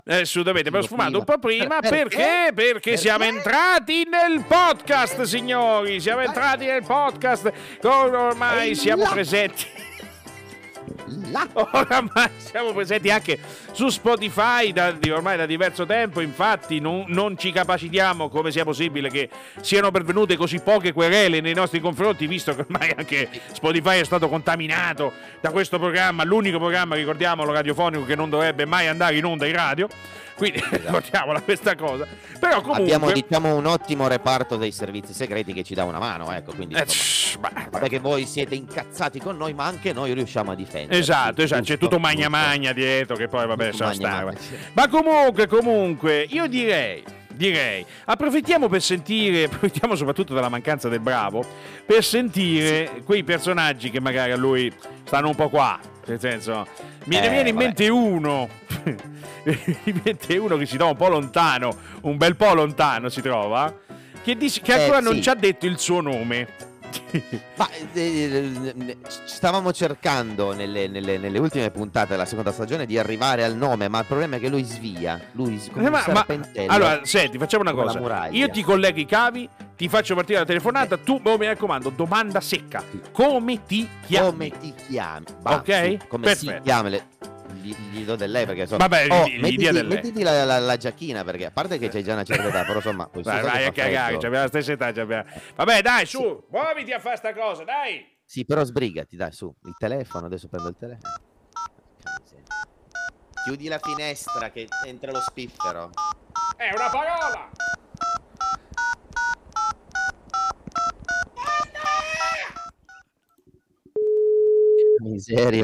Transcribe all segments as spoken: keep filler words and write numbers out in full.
Eh, assolutamente, abbiamo sfumato un po' prima. Perché? Perché? Perché, perché siamo entrati nel podcast, signori. Siamo entrati nel podcast. Ormai siamo presenti. Là. Oramai siamo presenti anche su Spotify da, di, ormai da diverso tempo. Infatti non, non ci capacitiamo come sia possibile che siano pervenute così poche querele nei nostri confronti, visto che ormai anche Spotify è stato contaminato da questo programma, l'unico programma, ricordiamolo, radiofonico che non dovrebbe mai andare in onda in radio. Quindi ricordiamola questa cosa. Però comunque abbiamo, diciamo, un ottimo reparto dei servizi segreti che ci dà una mano, ecco, quindi eh, insomma, perché voi siete incazzati con noi, ma anche noi riusciamo a difendere. Esatto, esatto, c'è tutto magna magna dietro che poi vabbè sa stare. Ma comunque, comunque, io direi Direi, approfittiamo per sentire, approfittiamo soprattutto della mancanza del bravo, per sentire sì. quei personaggi che magari a lui stanno un po' qua, nel senso, mi ne eh, viene in vabbè. mente uno, in mente uno che si trova un po' lontano, un bel po' lontano si trova, che, dice, che ancora eh, non sì. ci ha detto il suo nome. Ma eh, stavamo cercando nelle, nelle, nelle ultime puntate della seconda stagione di arrivare al nome, ma il problema è che lui svia. Lui come Eh, ma, un serpentello. ma, allora, senti, facciamo una come cosa. la muraglia. Io ti collego i cavi, ti faccio partire la telefonata, tu, oh, mi raccomando, domanda secca. Come ti chiami? Come ti chiami? Bah, ok? sì, come Perfetto. si chiama? Le... Gli, gli do del lei perché so. Vabbè, oh, gli, gli mettiti, dia del lei. mettiti la, la, la giacchina, perché a parte che c'hai già una certa età, però insomma vai, vai a cagare, abbiamo la stessa età, c'abbiamo. Vabbè, dai, su, sì. muoviti a fare sta cosa, dai. Sì, però sbrigati, dai, su, il telefono, adesso prendo il telefono. Chiudi la finestra che entra lo spiffero. È una parola. Miseria.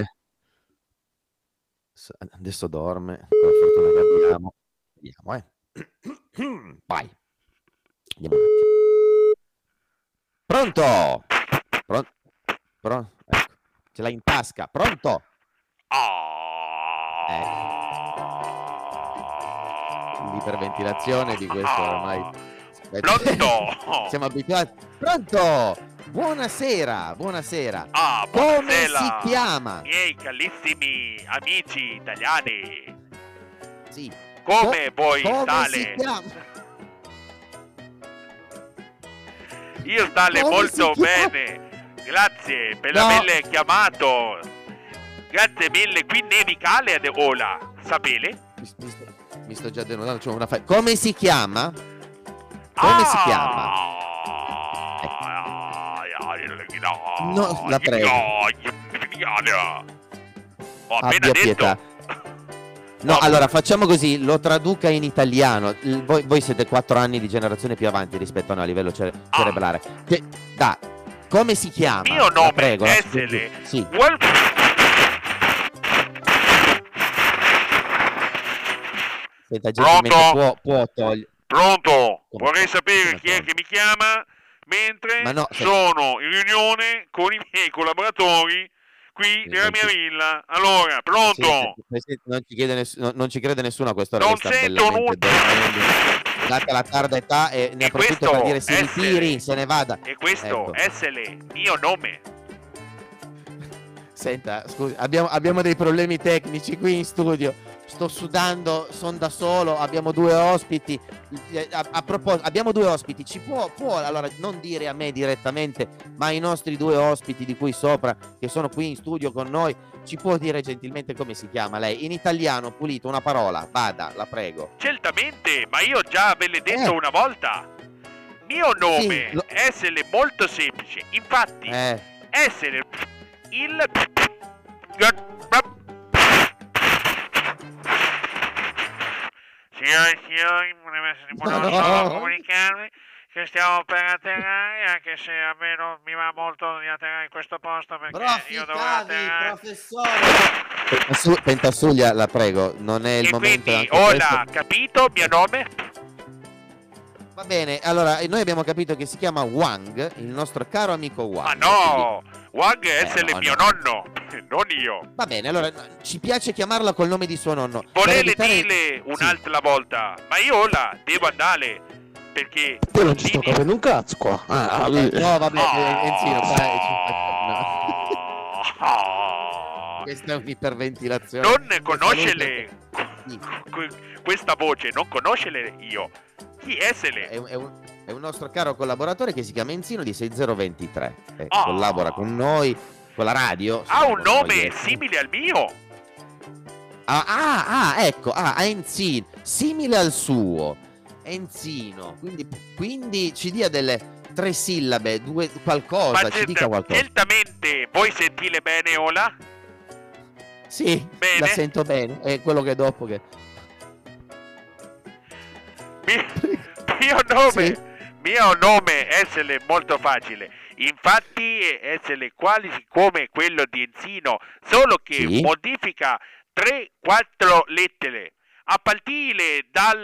Adesso dorme, con la fortuna che abbiamo. Vediamo, eh. Vai. Andiamo un attimo. Pronto? Pronto? Pronto? Ecco. Ce l'hai in tasca. Pronto? Eh. L'iperventilazione di questo ormai. Pronto? Siamo abituati. Pronto? Buonasera, buonasera. Ah, Come buonasera. si chiama? Miei carissimi amici italiani. Sì. Come Co- voi come stale? si chiama? Io stale Come molto si chiama? bene. Grazie per No. averle chiamato. Grazie mille. Qui nevicale ad Ola. Sapete? Mi, mi, sto, mi sto già denotando. Cioè una fa... Come si chiama? Come ah. si chiama? No, la prego. Ho appena Abbia detto. pietà. No, Oh. allora facciamo così, lo traduca in italiano. Il- voi, voi siete quattro anni di generazione più avanti rispetto a noi a livello cere- Ah. cerebrale. Che, da, come si chiama? Mio La nome prego, è la- Sele. Sì. Well... Senta, gentilmente, Pronto? può, può togliere. Pronto? Come- Vorrei sapere come chi è pronto? che mi chiama mentre Ma no, se- sono in riunione con i miei collaboratori qui Sì, nella non mia ci- villa. Allora, pronto? Presidente, Presidente, non ci chiede ness- no- non ci crede nessuno a quest'ora Non che sta sento bellamente nulla. dormendo. Data la tarda età e ne E approfitto questo per dire si essere- ritiri, se ne vada. E questo Ecco. è Sele, mio nome. Senta, scusi, abbiamo, abbiamo dei problemi tecnici qui in studio. Sto sudando, sono da solo, abbiamo due ospiti. Eh, A, a proposito, abbiamo due ospiti. Ci può, può allora non dire a me direttamente, ma ai nostri due ospiti di qui sopra, che sono qui in studio con noi, ci può dire gentilmente come si chiama lei? In italiano, pulito, una parola, vada, la prego. Certamente, ma io già ve l'ho detto Eh. una volta. Mio nome Sì, lo- è Sele molto semplice. Infatti, Eh, essere il signore e signori, volevo solo comunicarvi che stiamo per atterrare, anche se a me non mi va molto di atterrare in questo posto perché io dovrò atterrare. professore. Pentasu- Pentasuglia, la prego, non è il E momento. quindi, anche ora, questo- capito mio nome? Va bene, allora noi abbiamo capito che si chiama Wang, il nostro caro amico Wang. Ma no, Wang è Eh, essere no, mio no. nonno, non io. Quindi- Va bene, allora no, ci piace chiamarla col nome di suo nonno. Per Volele evitare- dire Sì. un'altra volta, ma io ora devo andare perché Io non ci sto Dini- capendo un cazzo qua. Ah, Eh, no, vabbè, Ah. eh, Enzino, dai, ci- no. Ah. Questa è un'iperventilazione. Non conosce le Sì. Questa voce non conoscere io. Chi essere? È un, è, un, è un nostro caro collaboratore che si chiama Enzino di sei zero due tre. Eh, Oh. Collabora con noi, con la radio. Ha un non nome voglio- simile al mio. Ah, ah, ah, ecco, ah, Enzino, simile al suo. Enzino, quindi, quindi ci dia delle tre sillabe, due, qualcosa, Ma ci dica qualcosa. certamente, vuoi sentire bene ora? Sì, Bene. la sento bene, è quello che dopo che... Mi- mio nome, Sì. mio nome essere molto facile. Infatti essere quasi come quello di Enzino, solo che Sì. modifica tre quattro lettere. A partire dal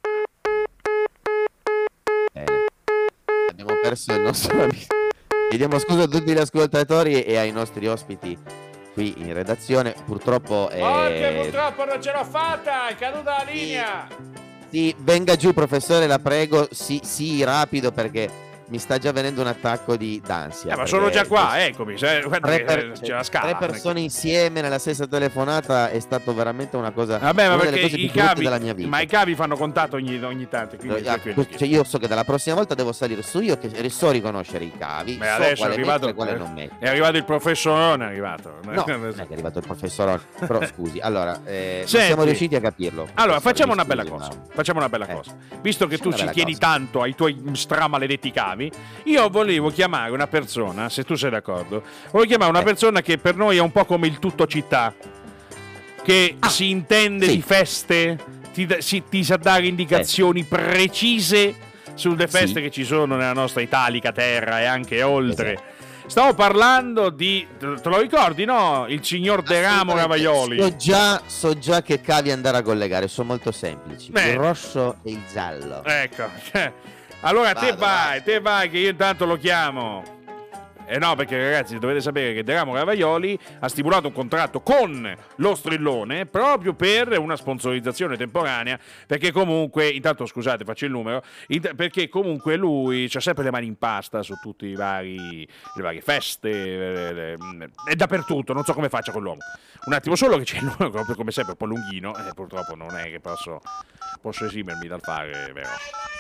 Bene. Abbiamo perso il nostro amico. Chiediamo scusa a tutti gli ascoltatori e ai nostri ospiti qui in redazione. Purtroppo eh, Perché purtroppo non ce l'ho fatta, è caduta la linea. sì, venga giù professore, la prego, sì, sì, rapido perché mi sta già venendo un attacco di d'ansia. Eh, ma perché sono già qua, eccomi. se- Guarda tre, che per- c'è la scala. tre persone insieme nella stessa telefonata è stato veramente una cosa, Vabbè, ma una delle perché cose i più brutte cavi, della mia vita. ma i cavi fanno contatto ogni, ogni tanto. Quindi Ah, tranquillo. cioè, io so che dalla prossima volta devo salire su io che so riconoscere i cavi, Beh, so adesso è quale arrivato, mettere e quale non mettere. è arrivato il professorone, è arrivato. No, non è che è arrivato il professore, però scusi, allora, eh, non Senti. siamo riusciti a capirlo. Allora, Professore, facciamo mi una bella scusi, cosa. ma- Facciamo una bella Eh. cosa. Visto che tu Facciamo ci una bella tieni cosa. tanto ai tuoi stramaledetti cavi, io volevo chiamare una persona, se tu sei d'accordo, volevo chiamare una Eh. persona che per noi è un po' come il tutto città, che si intende sì. di feste, ti, da- si- ti sa dare indicazioni precise sulle feste Sì. che ci sono nella nostra italica terra e anche oltre. Stavo parlando di, te te lo ricordi, no? Il signor De Ramo Assolutamente. Ravaioli. So già, so già che cavi andare a collegare, sono molto semplici. Beh. Il rosso e il giallo. Ecco, cioè, allora te Vado, vai, vado. te vai che io intanto lo chiamo. Eh no, perché ragazzi dovete sapere che De Ramo Ravaioli ha stipulato un contratto con lo Strillone proprio per una sponsorizzazione temporanea, perché comunque, intanto scusate faccio il numero, int- perché comunque lui c'ha sempre le mani in pasta su tutti i vari, le varie feste, le- le- è dappertutto, non so come faccia con l'uomo. Un attimo solo che c'è il numero proprio come sempre un po' lunghino, e purtroppo non è che posso, posso esimermi dal fare, vero?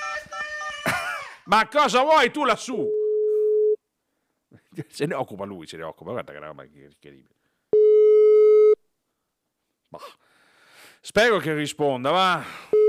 Ma cosa vuoi tu lassù? Se ne occupa lui, se ne occupa. Guarda che roba incredibile. Bah. Spero che risponda, va.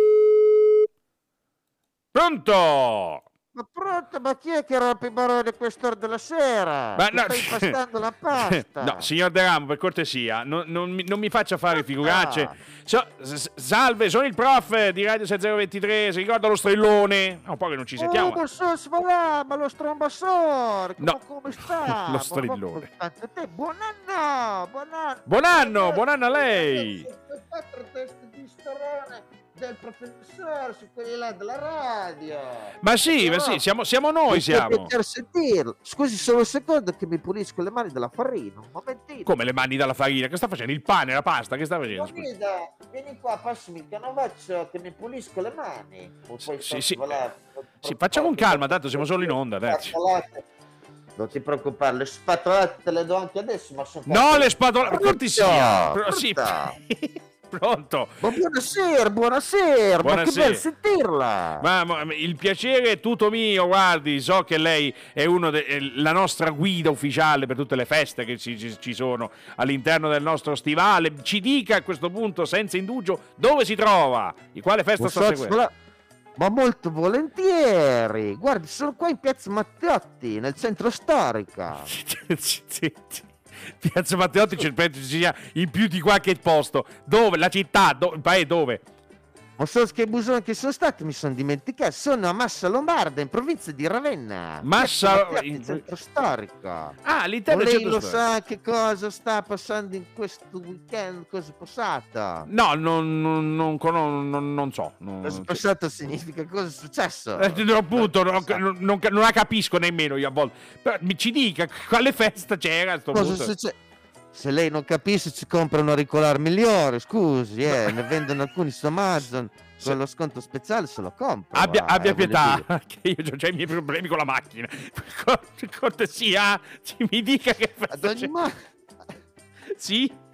Pronto? Ma pronto, ma chi è che rompe i maroni a quest'ora della sera? Ma Che no- sta impastando la pasta. No, signor De Ramo, per cortesia, non, non mi, non mi faccia fare figuracce. So- s- salve, sono il prof di Radio sei zero due tre, si ricorda lo strillone? È un po' che non ci sentiamo. Oh, ma so, ma là, ma lo strombassor, No. come, come sta? Lo Ma- strillone. ma- ma- te, buon anno, buon anno. Buon anno, buon anno a lei. Quattro teste di storone del professore su quelli là della radio. Ma sì, ma Però- sì, siamo, siamo noi, Mi fa siamo. piacere sentirlo. Scusi solo un secondo che mi pulisco le mani dalla farina. Un momentino. Come le mani dalla farina? Che sta facendo? Il pane, la pasta? Che sta facendo? Scusi. Guarda, vieni qua, passami il canovaccio che mi pulisco le mani. O poi Sì, faccio sì. volare. Sì, faccia con calma, tanto siamo solo in onda, dai. Spatolate. Non ti preoccupare, le spatolate te le do anche adesso, ma sono No, le spatole, per Pronto? cortesia. Pro- sì. Pronto? Pronto. Ma buonasera, buonasera, ma che Buonasera. bello sentirla. Ma, ma il piacere è tutto mio, guardi, so che lei è uno de- è la nostra guida ufficiale per tutte le feste che ci, ci- ci sono all'interno del nostro stivale. Ci dica a questo punto, senza indugio, dove si trova, di quale festa Un sta socio- seguendo. Ma molto volentieri. Guardi, sono qua in Piazza Matteotti, nel centro storico. Sì, sì, sì. Piazza Matteotti c'è penso ci sia in più di qualche posto. Dove? La città? Do- il paese dove? Ma so che bisogno che sono stato, mi sono dimenticato. Sono a Massa Lombarda, in provincia di Ravenna. Massa- Piazza Matteotti, in- centro storico. Ah, Ma all'interno del lei centro lo storico. sa che cosa sta passando in questo weekend, cosa è passato? No, non, non, non, cono- non- non so. Non, Cosa è passato significa cosa è successo? Eh, no, appunto, non, non- non- non la capisco nemmeno io a volte. Però mi ci dica quale festa c'era a sto Cosa punto. succede? Se lei non capisce ci compra un auricolare migliore, scusi, eh, ne vendono alcuni su Amazon, con lo sconto speciale se lo compra. Abbia, va, abbia eh, voglio pietà, dire. che io ho già i miei problemi con la macchina. Per cortesia, ci mi dica che Ad festa ogni c'è. modo, Sì?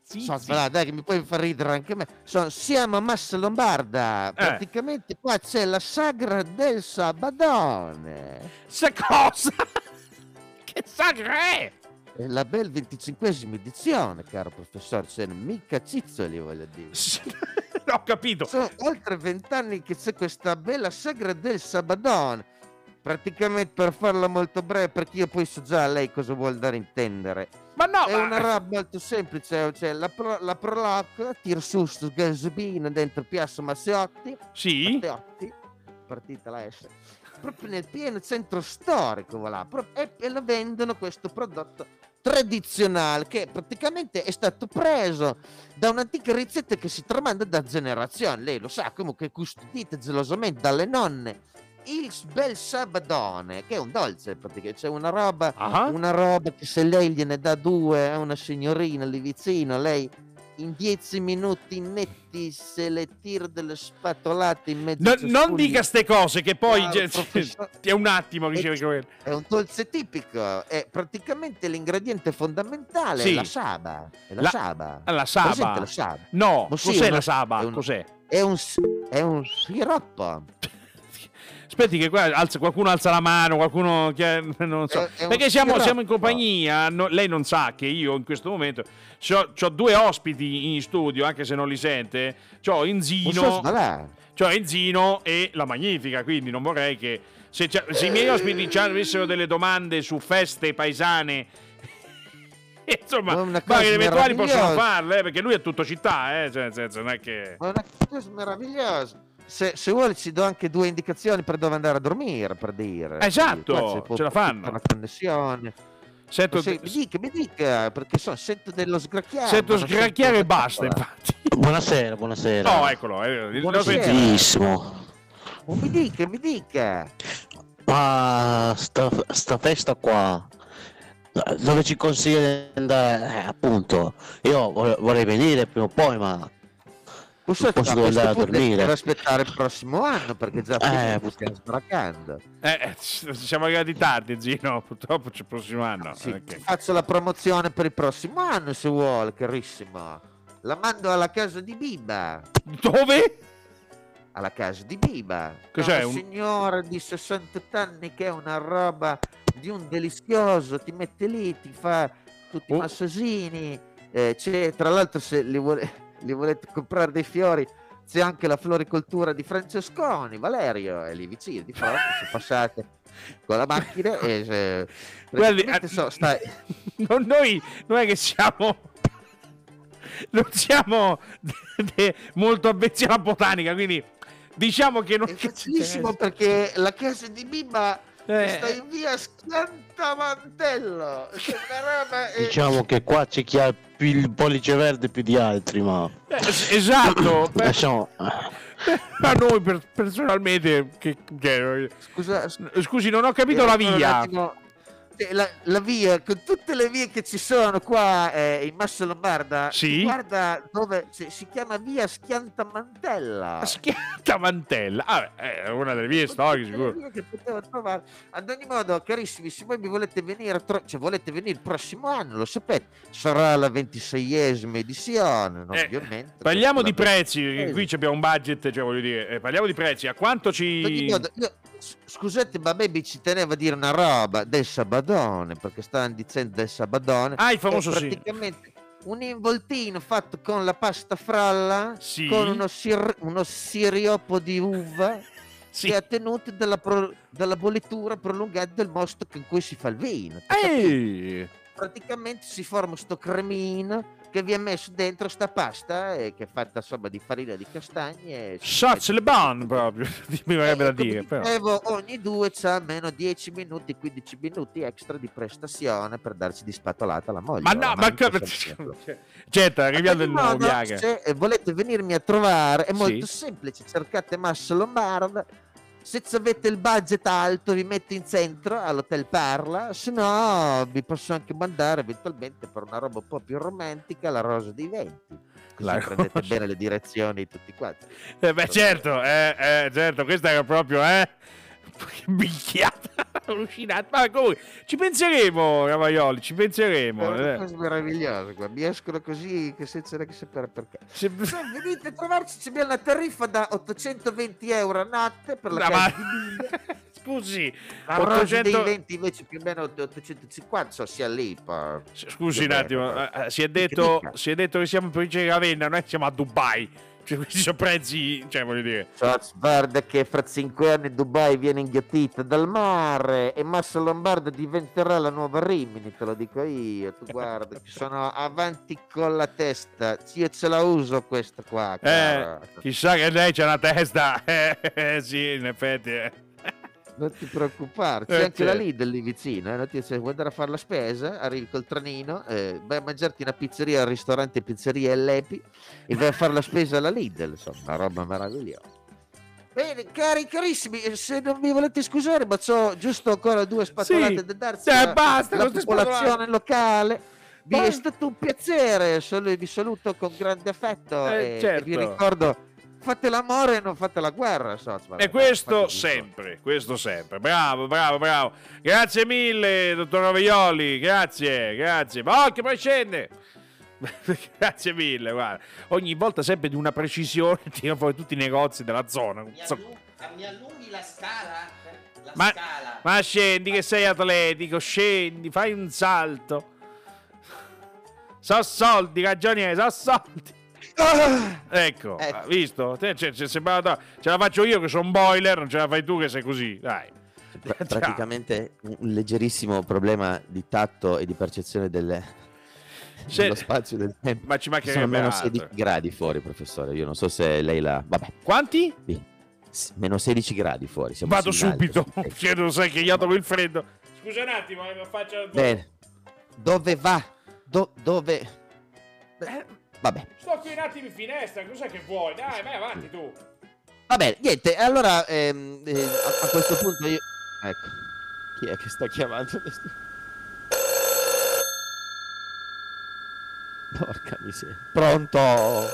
Sì, So, sì. voilà, dai, che mi puoi far ridere anche me. So, siamo a Massa Lombarda. Praticamente qua c'è la sagra del Sabadone. Sa cosa? Che sagra è? È la bel venticinquesima edizione, caro professor. Cioè, mica cizzoli, voglio dire. Ho capito. Sono oltre vent'anni che c'è questa bella sagra del Sabadone. Praticamente, per farla molto breve, perché io poi so già lei cosa vuol dare a intendere. Ma no, È ma... una roba molto semplice, cioè la, pro, la Proloc tira su sto gasbino dentro Piazza Massiotti, Sì? Matteotti, partita la S, proprio nel pieno centro storico, voilà, pro- e, e lo vendono questo prodotto tradizionale che praticamente è stato preso da un'antica ricetta che si tramanda da generazioni, lei lo sa, comunque custodita gelosamente dalle nonne. Il bel Sabadone, che è un dolce, praticamente, c'è una roba, Ah. una roba che se lei gliene dà due a una signorina lì vicino, lei in dieci minuti netti se le tira delle spatolate in mezzo. No, ai non cespugli. dica ste cose che poi Ah, ge- professor- è un attimo che È- dicevi quello. È un dolce tipico, è praticamente l'ingrediente fondamentale, Sì. è la saba. È la, La- saba. La Presente saba. la saba? No, Ma sì, cos'è una- la saba? è un- Cos'è? È un, è un siroppo. Aspetti che qua alza- qualcuno alza la mano, qualcuno che non so. È- è un Perché siamo, siroppo. siamo in compagnia, no- lei non sa che io in questo momento ho due ospiti in studio, anche se non li sente. C'ho Non Enzino, so, ma là. c'ho Enzino e la Magnifica, quindi non vorrei che se, c'è- se i miei ospiti ci avessero delle domande su feste paesane insomma, Ma è una ma cosa che eventuali possono meravigliosa. farle, eh, perché lui è tutto città, eh, cioè, nel senso, non è che... Ma è una cosa meravigliosa. Se, se vuole ci do anche due indicazioni per dove andare a dormire, per dire. Esatto, Quindi qua c'è ce la fanno. tutta una connessione. Sento, Se- mi dica, mi dica, perché so, sento dello sgracchiare. sento ma non sgracchiare e sento una basta, parola. infatti. Buonasera, buonasera. No, eccolo, eh, il nostro Buonasera. Enzino. Benissimo. Oh, mi dica, mi dica. Ma sta, sta festa qua, dove ci consiglia di andare? Eh, appunto, io vor- vorrei venire prima o poi, ma Posso, posso a andare questo a punto dormire. devo aspettare il prossimo anno, perché già prima Eh, mi stiamo sbracando. Eh, eh, ci siamo arrivati tardi, Zino, purtroppo c'è il prossimo anno. Sì, ok. faccio la promozione per il prossimo anno, se vuole, carissimo. La mando alla casa di Biba. Dove? Alla casa di Biba. Cos'è, È un- una signora di sessantotto anni che è una roba di un delizioso, ti mette lì, ti fa tutti Oh. i massagini, eh, c'è, tra l'altro se li, vuole- li volete comprare dei fiori c'è anche la floricoltura di Francesconi, Valerio è lì vicino, di fronte, se passate con la macchina e se, Guardi, praticamente ah, so, stai, non, noi non è che siamo... Non siamo de- molto avvezzi alla botanica, quindi diciamo che non... è facilissimo perché la casa di Biba Eh. sta in via Schiantamantello, c'è una roba eh, diciamo che qua c'è chi ha più il pollice verde più di altri, ma Eh, es- esatto, per- lasciamo... ma noi per- personalmente... Che, che- scusa, scusi, non ho capito Eh, la ancora un via. attimo. Eh, La, la via, con tutte le vie che ci sono qua eh, in Massa Lombarda, Sì? guarda dove si, si chiama via Schiantamantella. Schiatta mantella. Ah, beh, è una delle mie Con storie, tutte le sicuro. vie che potevo trovare. Ad ogni modo, carissimi, se voi mi volete venire, a tro- cioè volete venire il prossimo anno, lo sapete, sarà la ventiseiesima edizione, Eh, ovviamente. Parliamo di Questa è la prezzi, ventiseiesima. qui abbiamo un budget, cioè voglio dire, eh, parliamo di prezzi, a quanto Ad ogni ci... modo, io- s- scusate, ma baby ci teneva a dire una roba del Sabadone, perché stavano dicendo del Sabadone. Ah, il famoso è sì. praticamente un involtino fatto con la pasta fralla, Sì. con uno, sir- uno siriopo di uva Sì. che ha tenuto dalla, pro- dalla bollitura prolungata del mosto con cui si fa il vino. ti capisci? Ehi! Praticamente si forma sto cremino che vi è messo dentro sta pasta eh, che è fatta insomma di farina di castagne. e si Shots le bon proprio, mi verrebbe da eh, come dire, però. dicevo, ogni due c'ha almeno dieci minuti, quindici minuti extra di prestazione per darci di spatolata alla moglie. Ma o no, alla ma mamma, come... sempre. Certo, Ad arriviamo ogni il nuovo modo, Viagra. se eh, volete venirmi a trovare è Sì. molto semplice, cercate Massa Lombarda. Se avete il budget alto vi metto in centro all'Hotel Parla, se no vi posso anche mandare eventualmente per una roba un po' più romantica la Rosa dei Venti. Così La prendete Rosa- bene le direzioni tutti quanti. Eh beh, certo, eh, eh, certo, questa era proprio, eh... Che minchiata. allucinante. Ma comunque ci penseremo, Ravaioli, ci penseremo. È una eh. cosa meravigliosa, qua. Mi escono così che senza neanche sapere perché. Se- Cioè, venite a trovarci, abbiamo una tariffa da ottocentoventi euro a notte per la No, casa ma- di Bill. Scusi, La Rosa ottocento dei venti invece più o meno ottocentocinquanta, so sia lì. pa- Scusi un Vabbè, attimo, vabbè. eh, si, è detto, dica. si è detto che siamo in provincia di Ravenna, non è che siamo a Dubai. Cioè, questi sono prezzi, cioè, voglio dire. Soz, guarda che fra cinque anni Dubai viene inghiottita dal mare e Massa Lombardo diventerà la nuova Rimini, te lo dico io. Tu guarda, ci sono avanti con la testa. Io ce la uso questa qua. Eh, cara. chissà che lei c'ha una testa. Eh, eh, sì, in effetti. eh. Non ti preoccupare, c'è Eh, anche la certo. Lidl lì vicino. Eh? Non ti- se vuoi andare a fare la spesa, arrivi col tranino, eh, vai a mangiarti una pizzeria al ristorante Pizzeria Ellepi e vai a fare la spesa alla Lidl. Insomma, una roba meravigliosa. Bene, cari, carissimi, eh, se non mi volete scusare, ma c'ho giusto ancora due spatolate Sì. da darsi Eh, alla, basta alla con queste popolazione spatolate. locale. Vi è Basta. stato un piacere, solo- vi saluto con grande affetto Eh, e, e certo. vi ricordo, fate l'amore e non fate la guerra. So, E questo sempre, questo sempre. Bravo, bravo, bravo. Grazie mille, dottor Ravaioli. Grazie, grazie. Ma che poi scende. Grazie mille, guarda. Ogni volta sempre di una precisione tira fuori tutti i negozi della zona. So- mi allunghi la scala? La Ma, ma scendi che sei atletico, scendi, fai un salto. So soldi, ragioniere, so soldi. Ecco, Ecco. ha visto? Te, ce, ce- sembrava- ce la faccio io che sono un boiler, non ce la fai tu che sei così, dai. Pra- praticamente un un leggerissimo problema di tatto e di percezione del, Se- dello spazio e del tempo. Ma ci Ci sono mancherebbe meno altro. sedici gradi fuori, professore. Io non so se lei la. Vabbè, Quanti? sì. S- meno sedici gradi fuori. Siamo Vado sul subito. Naldo. Sì, non sai che io trovo il freddo. Scusa un attimo, eh, lo faccio. Bene. Dove va? Do- dove? Beh, Vabbè. Sto qui un attimo in finestra, cos'è che vuoi? Dai, vai avanti tu. Vabbè, niente. Allora, ehm, eh, a, a questo punto io. Ecco. Chi è che sta chiamando? Porca miseria. Pronto?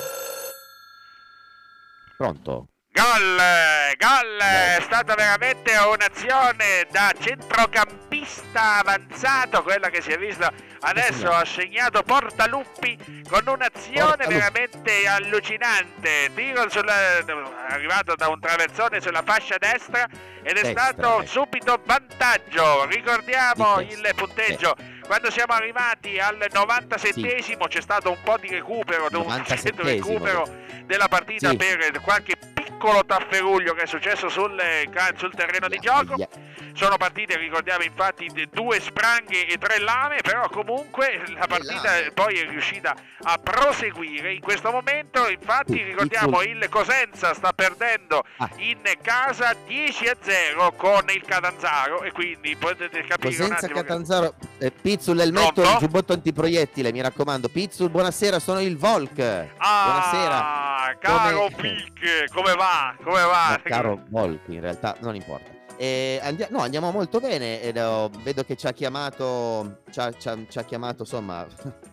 Pronto? Gol, gol, è stata veramente un'azione da centrocampista avanzato, quella che si è vista adesso, ha segnato Portaluppi con un'azione Portaluppi. veramente allucinante, tiro sulla, arrivato da un traversone sulla fascia destra ed è Destra, stato ecco. subito vantaggio, ricordiamo Di il destra, punteggio. Quando siamo arrivati al novantasettesimo c'è stato un po' di recupero, un novantasettesimo. recupero della partita Sì. per qualche piccolo tafferuglio che è successo sul, ca- sul terreno di gioco. Aia. Sono partite, ricordiamo infatti, d- due spranghe e tre lame, però comunque la partita lame. poi è riuscita a proseguire in questo momento. Infatti Sì, ricordiamo piccolo- il Cosenza sta perdendo Ah. in casa dieci a zero con il Catanzaro e quindi potete capire un Cosenza attimo che- Catanzaro, eh, Pizzul, l'elmetto, Pronto? il giubbotto antiproiettile, mi raccomando. Pizzul, buonasera, sono il Volk. Buonasera. Ah, caro Come- Pic, come va? Come va? No, caro Volk, in realtà non importa. Eh, andia- no, andiamo molto bene. ed, oh, vedo che ci ha chiamato, ci ha, ci ha- ci ha chiamato, insomma,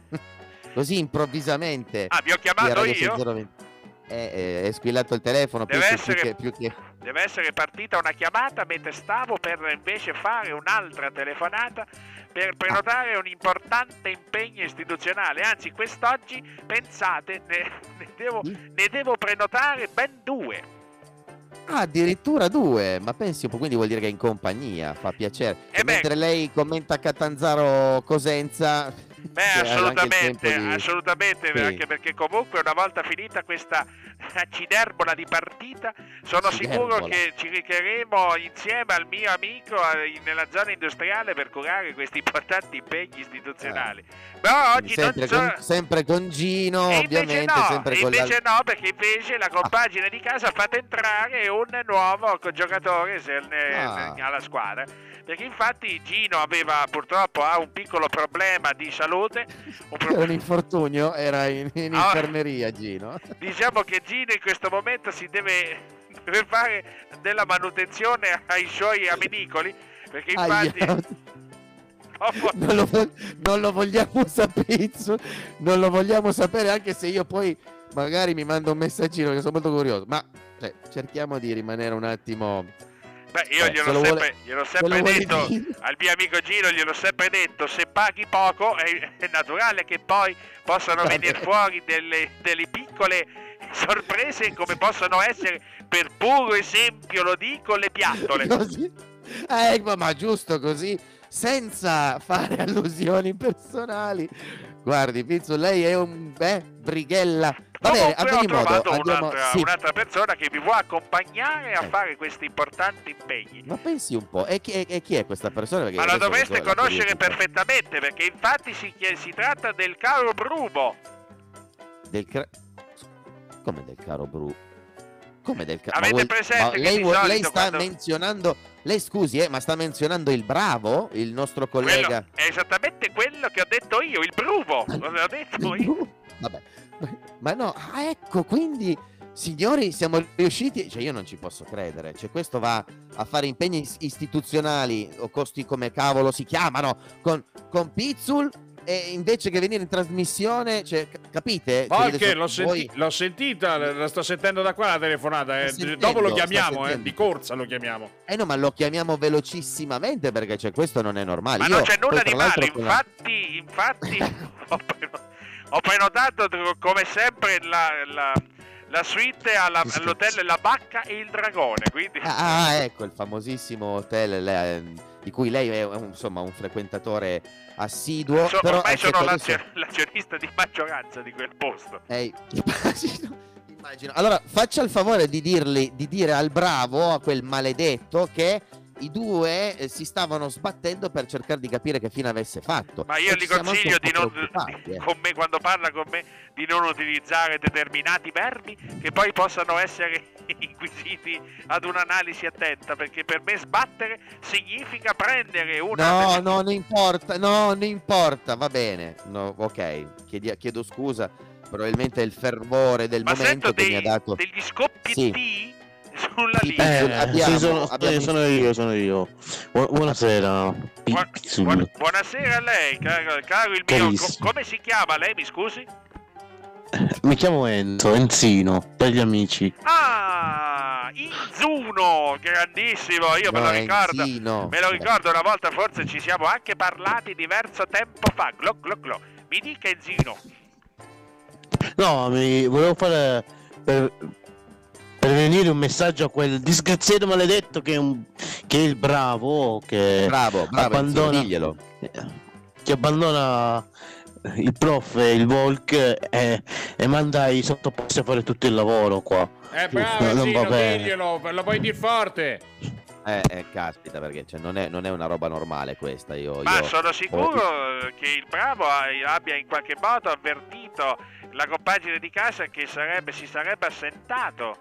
così improvvisamente. Ah, vi ho qui a chiamato Radio io? seicentoventi. Eh, eh, è squillato il telefono, Deve penso più essere- che, più che... Deve essere partita una chiamata mentre stavo per invece fare un'altra telefonata per prenotare un importante impegno istituzionale. Anzi, quest'oggi, pensate, ne, ne devo, ne devo prenotare ben due. Ah, addirittura due, ma pensi un po', quindi vuol dire che è in compagnia, fa piacere. Eh E beh. mentre lei commenta Catanzaro Cosenza, Beh, c'è anche il assolutamente, tempo di- assolutamente, Sì. anche perché comunque una volta finita questa ciderbola di partita, sono sicuro Ciderbola. che ci recheremo insieme al mio amico eh, nella zona industriale per curare questi importanti impegni istituzionali. Però oggi sempre, non so... con, sempre con Gino, E invece ovviamente, no, sempre e con la... invece no, perché invece la compagine di casa ha fatto entrare un nuovo co- giocatore se- ne- Ah. ne- alla squadra. Perché infatti Gino aveva purtroppo ha un piccolo problema di salute. Un pro- Era un infortunio, era in, in Ah. infermeria Gino. Diciamo che Gino in questo momento si deve, deve fare della manutenzione ai suoi amenicoli. Perché infatti Aia. dopo- non, lo, vo- non lo vogliamo sapere, non lo vogliamo sapere, anche se io poi magari mi mando un messaggino che sono molto curioso, ma cioè, cerchiamo di rimanere un attimo Beh, io Eh, se gliel'ho lo sempre, vuole- gliel'ho se sempre lo vuole detto dire. al mio amico Gino, gliel'ho sempre detto, se paghi poco è, è naturale che poi possano Vabbè. venire fuori delle, delle piccole sorprese come possono essere, per puro esempio lo dico, le piattole. Così? Eh, ma, ma giusto così, senza fare allusioni personali. Guardi, Pizzo, lei è un beh, brighella. Va bene, Comunque ad ho ogni modo, trovato abbiamo... un'altra, sì. un'altra persona che mi vuole accompagnare a Eh. fare questi importanti impegni. Ma pensi un po', e chi, e- e chi è questa persona? Perché Ma la adesso non dovreste so, la conoscere curiosità. perfettamente, perché infatti si, chie- si tratta del caro Brumo. Del cra- Come del caro Bru? Come del caro? Avete presente che lei, di vuol- lei solito sta quando- menzionando... Lei scusi, eh, ma sta menzionando il Bravo, il nostro collega... Quello è esattamente quello che ho detto io, il Brumo. L'ho detto io. Vabbè, ma no, ah, ecco, quindi signori, siamo riusciti, cioè io non ci posso credere, cioè questo va a fare impegni is- istituzionali o costi come cavolo si chiamano con, con Pizzul, e invece che venire in trasmissione, cioè, c- capite? Cioè, io Perché adesso l'ho, voi- senti- l'ho sentita, la la sto sentendo da qua la telefonata. eh. Sta sentendo, Dopo lo sta chiamiamo, eh, sentendo. di corsa lo chiamiamo. Eh no, ma lo chiamiamo velocissimamente perché cioè, questo non è normale. Ma Io, non c'è nulla poi, di tra l'altro, male, con la- infatti, infatti ho, preno- ho prenotato tro- come sempre la, la, la suite alla- Sì, sì. all'hotel La Bacca e il Dragone, quindi... Ah, ah, ecco, il famosissimo hotel le- ehm, di cui lei è un- insomma un frequentatore assiduo. So- però, ormai ecco, sono adesso- l'azio- l'azionista di maggioranza di quel posto. Eh, immagino, immagino. Allora, faccia il favore di dirgli, di dire al Bravo, a quel maledetto, che i due eh, si stavano sbattendo per cercare di capire che fine avesse fatto. Ma io E gli ci siamo anche consiglio un di po' non, preoccupati, eh. con me, quando parla con me, di non utilizzare determinati verbi che poi possano essere inquisiti ad un'analisi attenta, perché per me sbattere significa prendere una... No, no, non importa, no, non importa, va bene. No, ok, Chiedi- chiedo scusa, probabilmente è il fervore del Ma momento sento che mi dei, ha dato... degli scoppietti Sì. sulla Sì, linea. Pizzul, Eh, abbiamo- sì, sono, abbiamo- sono io, sono io. Bu- buonasera, Buon- Pizzul. buon- buonasera a lei, caro, caro il mio... co- Carissimo. come si chiama lei, mi scusi? Mi chiamo Enzo, Enzino, per gli amici. Ah, Inzuno, grandissimo, io me No, lo ricordo. Enzino. Me lo ricordo, una volta forse ci siamo anche parlati diverso tempo fa. Glo, glo, glo. Mi dica Enzino. No, mi volevo fare per, per venire un messaggio a quel disgraziato maledetto che è, un, che è il Bravo, che Bravo, bravo, Enzino, abbandona, diglielo. che abbandona il prof e il Volk e, e manda i sottoposti a fare tutto il lavoro qua. Eh, bravo, Non va Enzino, bene. diglielo, lo puoi dir forte. Eh, eh, caspita, perché cioè, non, è, non è una roba normale questa. Io, Ma io- sono sicuro che il Bravo ha- abbia in qualche modo avvertito la compagine di casa che sarebbe, si sarebbe assentato.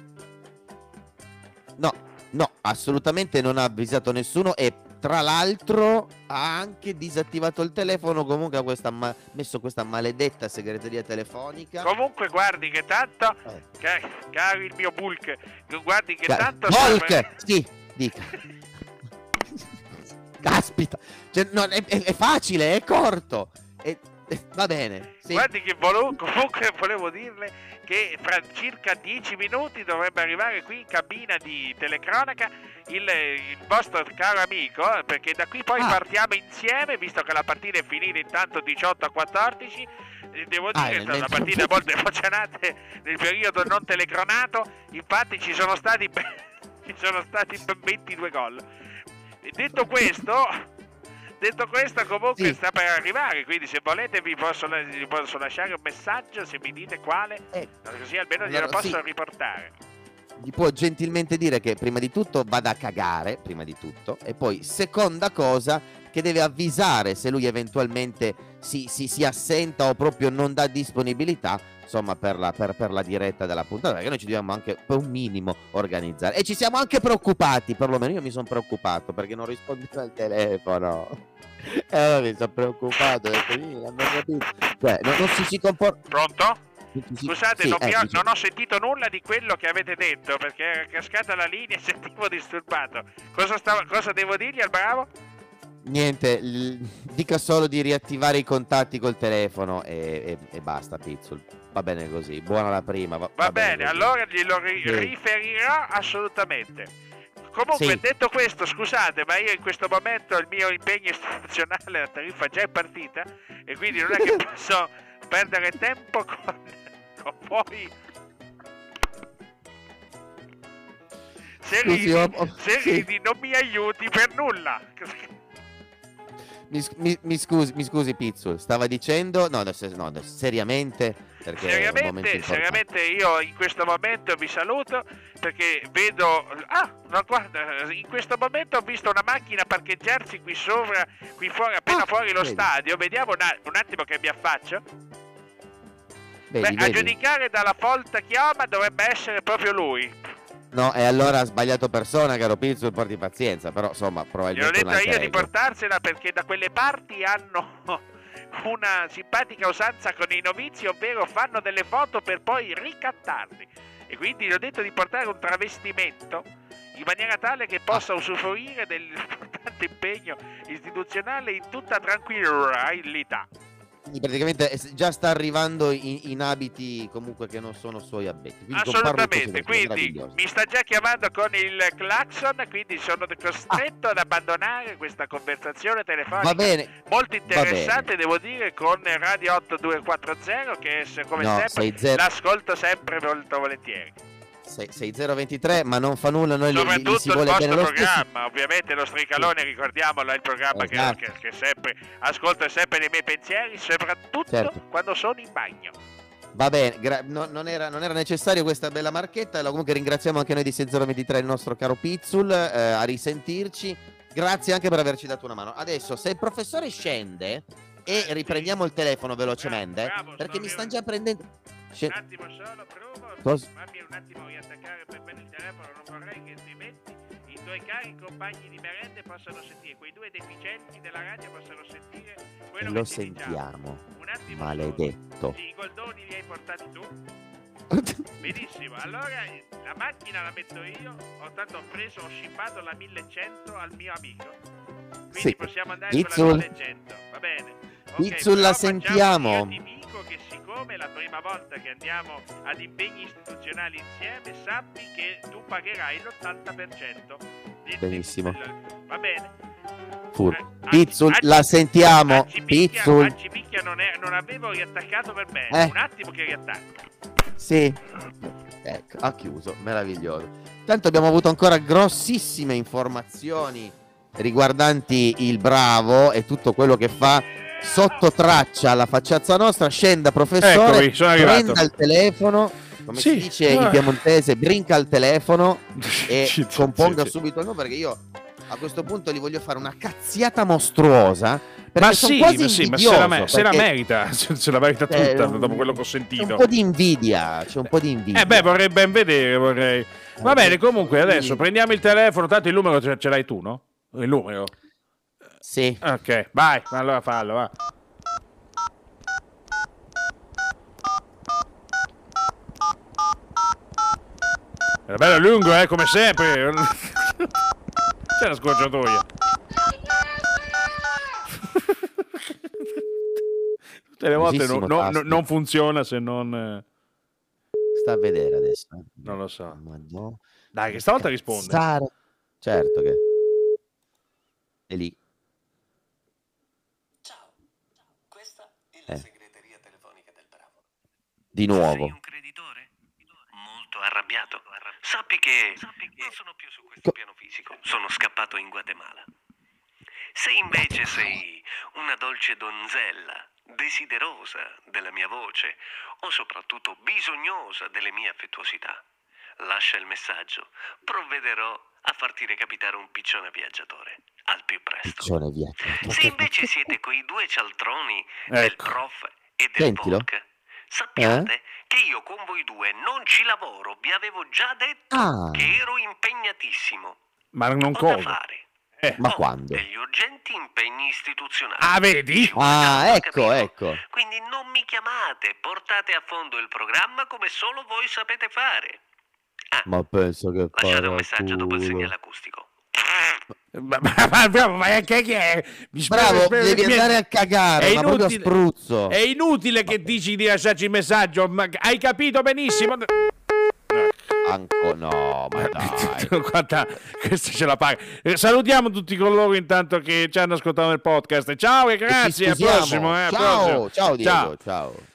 No, no, assolutamente non ha avvisato nessuno e tra l'altro ha anche disattivato il telefono, comunque ha questa ma- messo questa maledetta segreteria telefonica. Comunque guardi che tanto, Eh. ca- caro il mio Bulk, guardi che Ca- tanto... Volk! Sì, dica. Caspita, cioè, no, è, è- è facile, è corto. E- e- va bene, sì. Guardi che volevo, comunque volevo dirle che fra circa dieci minuti dovrebbe arrivare qui in cabina di telecronaca il, il vostro caro amico, eh, perché da qui poi Ah. partiamo insieme, visto che la partita è finita intanto diciotto a quattordici. eh, Devo Ah, dire nel che è stata una mentre- partita molto emozionante nel periodo non telecronato, infatti ci sono stati, ben- ci sono stati ben ventidue gol. E detto questo... Detto questo, comunque Sì. sta per arrivare, quindi se volete vi posso, vi posso lasciare un messaggio, se mi dite quale, Eh, così almeno glielo allora, posso sì. riportare. Gli può gentilmente dire che prima di tutto vada a cagare, prima di tutto, e poi seconda cosa che deve avvisare se lui eventualmente si, si, si assenta o proprio non dà disponibilità, insomma, per la, per, per la diretta della puntata, perché noi ci dobbiamo anche per un minimo organizzare. E ci siamo anche preoccupati, perlomeno io mi sono preoccupato perché non rispondeva al telefono. E allora mi sono preoccupato, ho detto, "Ih, l'hanno capito." Cioè, non, non si si comporta... Pronto? non si- Scusate, sì, non, eh, vi ho, dici- non ho sentito nulla di quello che avete detto perché era cascata la linea e sentivo disturbato. Cosa, stava, cosa devo dirgli al bravo? Niente, l- dica solo di riattivare i contatti col telefono e, e- e basta, Pizzul. Va bene così, buona la prima. Va, Va, va bene, così. allora glielo ri- Sì. riferirò assolutamente. comunque, Sì. detto questo, scusate, ma io in questo momento il mio impegno istituzionale, la tariffa già è partita e quindi non è che posso perdere tempo con, con voi. Se Scusi, ridi, ho- ho- se sì. ridi non mi aiuti per nulla. Mi, s- mi- mi scusi, mi scusi Pizzul, stava dicendo, no, adesso, no, adesso, seriamente, perché è un momento Seriamente, importante. seriamente io in questo momento vi saluto perché vedo... Ah, no, guarda, in questo momento ho visto una macchina parcheggiarsi qui sopra, qui fuori, appena Ah, fuori lo vedi. stadio. Vediamo una- un attimo che mi affaccio. Vedi, Beh, a vedi? giudicare dalla folta chioma dovrebbe essere proprio lui. No, e allora ha sbagliato persona, caro Pizzul, porti pazienza, però insomma, Gliel'ho probabilmente detto un'altra io di ego. portarsela perché da quelle parti hanno una simpatica usanza con i novizi, ovvero fanno delle foto per poi ricattarli. E quindi gli ho detto di portare un travestimento in maniera tale che possa usufruire dell'importante impegno istituzionale in tutta tranquillità. Quindi praticamente è- già sta arrivando in, in abiti comunque che non sono suoi abiti. Quindi con parrucche Assolutamente, super quindi meraviglioso. mi sta già chiamando con il clacson, quindi sono costretto ad abbandonare questa conversazione telefonica. Va bene, Molto interessante, bene. devo dire, con Radio otto due quattro zero, che se- come No, sempre sei zero- l'ascolto sempre molto volentieri. sei- sei zero ventitré, ma non fa nulla, noi li, li- li Soprattutto si il vuole bene vostro lo stesso. programma, ovviamente lo Stricalone, ricordiamolo, è il programma che- Esatto. che, che sempre ascolto sempre nei miei pensieri, soprattutto Certo. quando sono in bagno. Va bene, gra- no- non, era, non era necessario questa bella marchetta. Allora, comunque ringraziamo anche noi di sei zero ventitré il nostro caro Pizzul, eh, a risentirci. Grazie anche per averci dato una mano. Adesso, se il professore scende e riprendiamo il telefono velocemente, Bravo, bravo, perché sto mi stanno arrivando. già prendendo... Sce- Un attimo solo, provo. Cosa? Fammi un attimo riattaccare per bene il telefono, non vorrei che altrimenti i tuoi cari compagni di merende possano sentire, quei due deficienti della radio possano sentire quello Lo che ti diciamo. sentiamo, Un attimo maledetto. solo. I goldoni li hai portati tu? Benissimo, allora la macchina la metto io, ho tanto ho preso, ho shippato la millecento al mio amico. Quindi Sì. possiamo andare Pizzul. con la millecento, va bene? Ok, Pizzul, la però facciamo- sentiamo. Io ti dico che siccome è la prima volta che andiamo ad impegni istituzionali insieme, sappi che tu pagherai l'ottanta per cento. di- Benissimo. del- Va bene? Fur- Eh, Pizzul, anzi- la sentiamo. anzi, picchia- Pizzul, anzi, picchia non, è- non avevo riattaccato per bene. Eh. Un attimo che riattacco. sì. Ecco, ha chiuso, meraviglioso. Tanto abbiamo avuto ancora grossissime informazioni riguardanti il Bravo e tutto quello che fa sotto traccia alla facciazza nostra. Scenda, professore, Eccomi, sono arrivato. prenda il telefono, come Sì. si dice in Ah. piemontese, brinca il telefono e Sì, sì, componga sì, sì. subito il nome, perché io a questo punto gli voglio fare una cazziata mostruosa, perché Ma sono sì, quasi ma sì, ma se invidioso, la, me- se la perché merita, se se la merita Eh, tutta un- dopo quello che ho c'è un sentito. po' di invidia, c'è un po' di invidia. Eh beh, vorrei ben vedere, vorrei. Va Eh, bene, comunque quindi- adesso prendiamo il telefono, tanto il numero ce, ce l'hai tu, no? Il numero. Sì. Ok, vai, allora fallo, va. Era bello lungo, eh, come sempre. C'è la scorciatoia. Tutte le volte Famosissimo non- non- tasto. non funziona se non... eh, Sta a vedere adesso. Non lo so. Ma no. Dai, che stavolta risponde. Cazzare. Certo che è lì. Ciao, questa è la Eh. segreteria telefonica del Bravo. Di Sei nuovo. un creditore? Molto arrabbiato. Sappi che non sono più su questo Co- piano fisico, sono scappato in Guatemala. Se invece sei una dolce donzella, desiderosa della mia voce o soprattutto bisognosa delle mie affettuosità, lascia il messaggio, provvederò a farti recapitare un piccione viaggiatore al più presto. Piccione via. Se invece siete quei due cialtroni del Ecco. prof e del Sentilo. Volk, sappiate che io con voi due non ci lavoro, vi avevo già detto Ah. che ero impegnatissimo. Ma non Ho da cosa. fare. Eh. Ma Ho quando? degli urgenti impegni istituzionali. Ah, vedi? Ah, Ho ecco, capito. ecco. Quindi non mi chiamate, portate a fondo il programma come solo voi sapete fare. Ah, Ma penso che lasciate un messaggio dopo il paraculo. segnale acustico. Ma, ma, ma, bravo, ma che, che è? Mi spero- Bravo, spero devi che mi- andare a cagare, È ma proprio a inutile- spruzzo. È inutile che dici di lasciarci il messaggio, ma hai capito benissimo. Franco, no, ma dai. Guarda, questo ce la paga. Eh, salutiamo tutti coloro intanto che ci hanno ascoltato nel podcast. Ciao e grazie, al prossimo. Eh, al ciao, prossimo. ciao Diego, Ciao. ciao.